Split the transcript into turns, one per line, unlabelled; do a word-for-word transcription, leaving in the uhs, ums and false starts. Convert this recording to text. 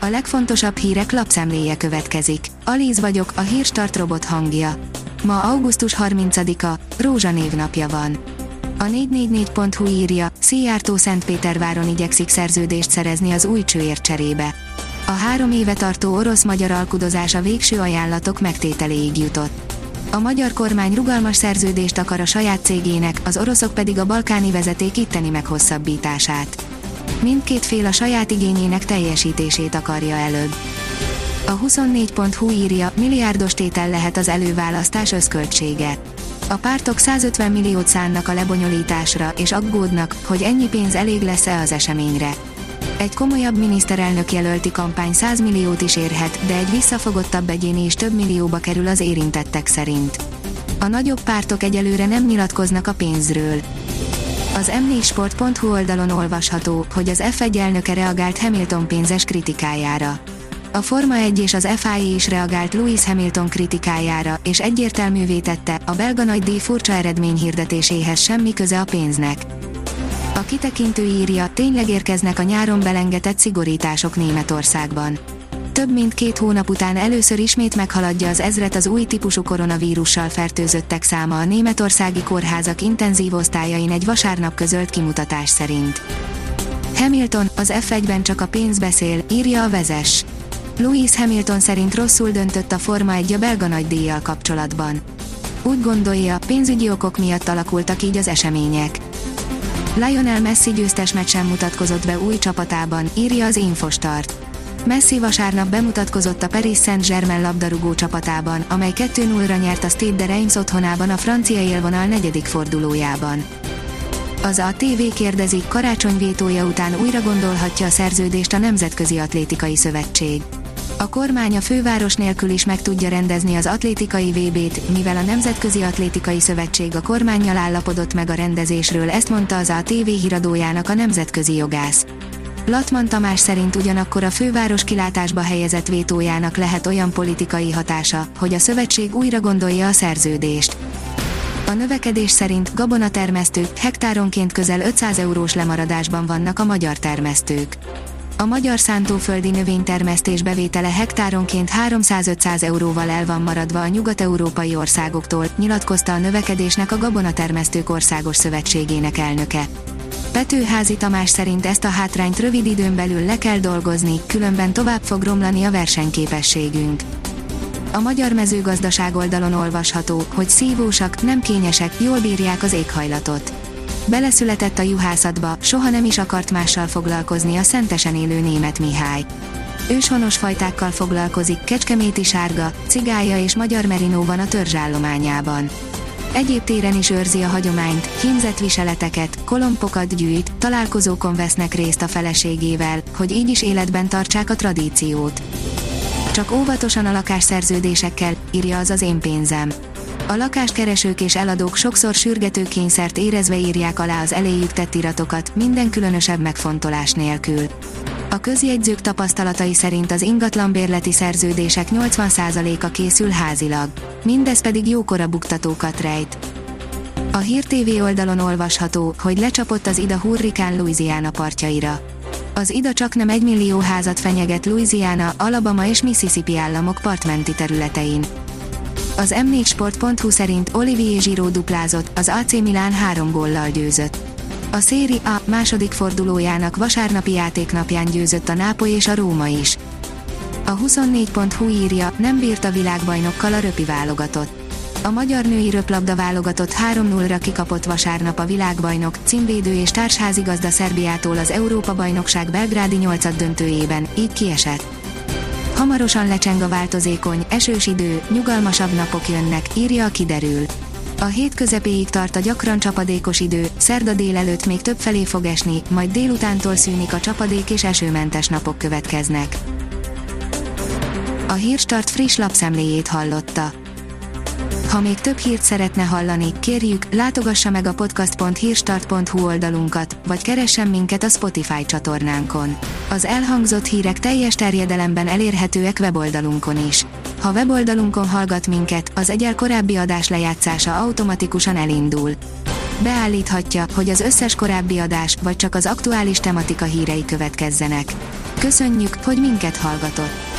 A legfontosabb hírek lapszemléje következik. Alíz vagyok, a Hírstart robot hangja. Ma augusztus harmincadika, Rózsa névnapja van. A négy négy négy pont hu írja, Szijjártó Szentpéterváron igyekszik szerződést szerezni az új csőért cserébe. A három éve tartó orosz-magyar alkudozás a végső ajánlatok megtételéig jutott. A magyar kormány rugalmas szerződést akar a saját cégének, az oroszok pedig a balkáni vezeték itteni meghosszabbítását. Mindkét fél a saját igényének teljesítését akarja előbb. A huszonnégy pont hu írja, milliárdos tétel lehet az előválasztás összköltsége. A pártok százötven milliót szánnak a lebonyolításra, és aggódnak, hogy ennyi pénz elég lesz-e az eseményre. Egy komolyabb miniszterelnök jelölti kampány száz milliót is érhet, de egy visszafogottabb egyéni is több millióba kerül az érintettek szerint. A nagyobb pártok egyelőre nem nyilatkoznak a pénzről. Az em négy sport pont hu oldalon olvasható, hogy az ef egy elnöke reagált Hamilton pénzes kritikájára. A Forma egy és az ef i á is reagált Lewis Hamilton kritikájára, és egyértelművé tette, a belga nagydíj furcsa eredményhirdetéséhez semmi köze a pénznek. A kitekintő írja, tényleg érkeznek a nyáron belengetett szigorítások Németországban. Több mint két hónap után először ismét meghaladja az ezret az új típusú koronavírussal fertőzöttek száma a németországi kórházak intenzív osztályain egy vasárnap közölt kimutatás szerint. Hamilton, az ef egyben csak a pénz beszél, írja a Vezes. Lewis Hamilton szerint rosszul döntött a Forma egy a belga nagydíjjal kapcsolatban. Úgy gondolja, pénzügyi okok miatt alakultak így az események. Lionel Messi győztes meccsen mutatkozott be új csapatában, írja az Infostart. Messi vasárnap bemutatkozott a Paris Saint-Germain labdarúgó csapatában, amely kettő nullra nyert a Stade de Reims otthonában a francia élvonal negyedik fordulójában. Az á té vé kérdezi, Karácsony vétója után újra gondolhatja a szerződést a Nemzetközi Atlétikai Szövetség. A kormány a főváros nélkül is meg tudja rendezni az atlétikai vé bét, mivel a Nemzetközi Atlétikai Szövetség a kormánnyal állapodott meg a rendezésről, ezt mondta az á té vé híradójának a nemzetközi jogász. Latman Tamás szerint ugyanakkor a főváros kilátásba helyezett vétójának lehet olyan politikai hatása, hogy a szövetség újra gondolja a szerződést. A növekedés szerint gabonatermesztők hektáronként közel ötszáz eurós lemaradásban vannak a magyar termesztők. A magyar szántóföldi növénytermesztés bevétele hektáronként háromszáz-ötszáz euróval el van maradva a nyugat-európai országoktól, nyilatkozta a növekedésnek a Gabonatermesztők Országos Szövetségének elnöke. Petőházi Tamás szerint ezt a hátrányt rövid időn belül le kell dolgozni, különben tovább fog romlani a versenyképességünk. A magyar mezőgazdaság oldalon olvasható, hogy szívósak, nem kényesek, jól bírják az éghajlatot. Beleszületett a juhászatba, soha nem is akart mással foglalkozni a Szentesen élő Németh Mihály. Őshonos fajtákkal foglalkozik, kecskeméti sárga, cigálya és magyar merinó van a törzsállományában. Egyéb téren is őrzi a hagyományt, hímzett viseleteket, kolompokat gyűjt, találkozókon vesznek részt a feleségével, hogy így is életben tartsák a tradíciót. Csak óvatosan a lakásszerződésekkel, írja az az Én pénzem. A lakáskeresők és eladók sokszor sürgető kényszert érezve írják alá az eléjük tett iratokat, minden különösebb megfontolás nélkül. A közjegyzők tapasztalatai szerint az ingatlanbérleti szerződések nyolcvan százaléka készül házilag. Mindez pedig jókora buktatókat rejt. A Hír té vé oldalon olvasható, hogy lecsapott az Ida hurrikán Louisiana partjaira. Az Ida csaknem egymillió házat fenyeget Louisiana, Alabama és Mississippi államok partmenti területein. Az em négy sport pont hu szerint Olivier Giroud duplázott, az á cé Milán három góllal győzött. A Serie A második fordulójának vasárnapi játéknapján győzött a Nápoly és a Róma is. A huszonnégy pont hu írja, nem bírt a világbajnokkal a röpi válogatott. A magyar női röplabda válogatott három nullra kikapott vasárnap a világbajnok, címvédő és társházigazda Szerbiától az Európa-bajnokság belgrádi nyolcaddöntőjében, így kiesett. Hamarosan lecseng a változékony, esős idő, nyugalmasabb napok jönnek, írja a Kiderül. A hét közepéig tart a gyakran csapadékos idő, szerda délelőtt még többfelé fog esni, majd délutántól szűnik a csapadék és esőmentes napok következnek. A Hírstart friss lapszemléjét hallotta. Ha még több hírt szeretne hallani, kérjük, látogassa meg a podcast pont hírstart pont hu oldalunkat, vagy keressen minket a Spotify csatornánkon. Az elhangzott hírek teljes terjedelemben elérhetőek weboldalunkon is. Ha weboldalunkon hallgat minket, az egyel korábbi adás lejátszása automatikusan elindul. Beállíthatja, hogy az összes korábbi adás, vagy csak az aktuális tematika hírei következzenek. Köszönjük, hogy minket hallgatott!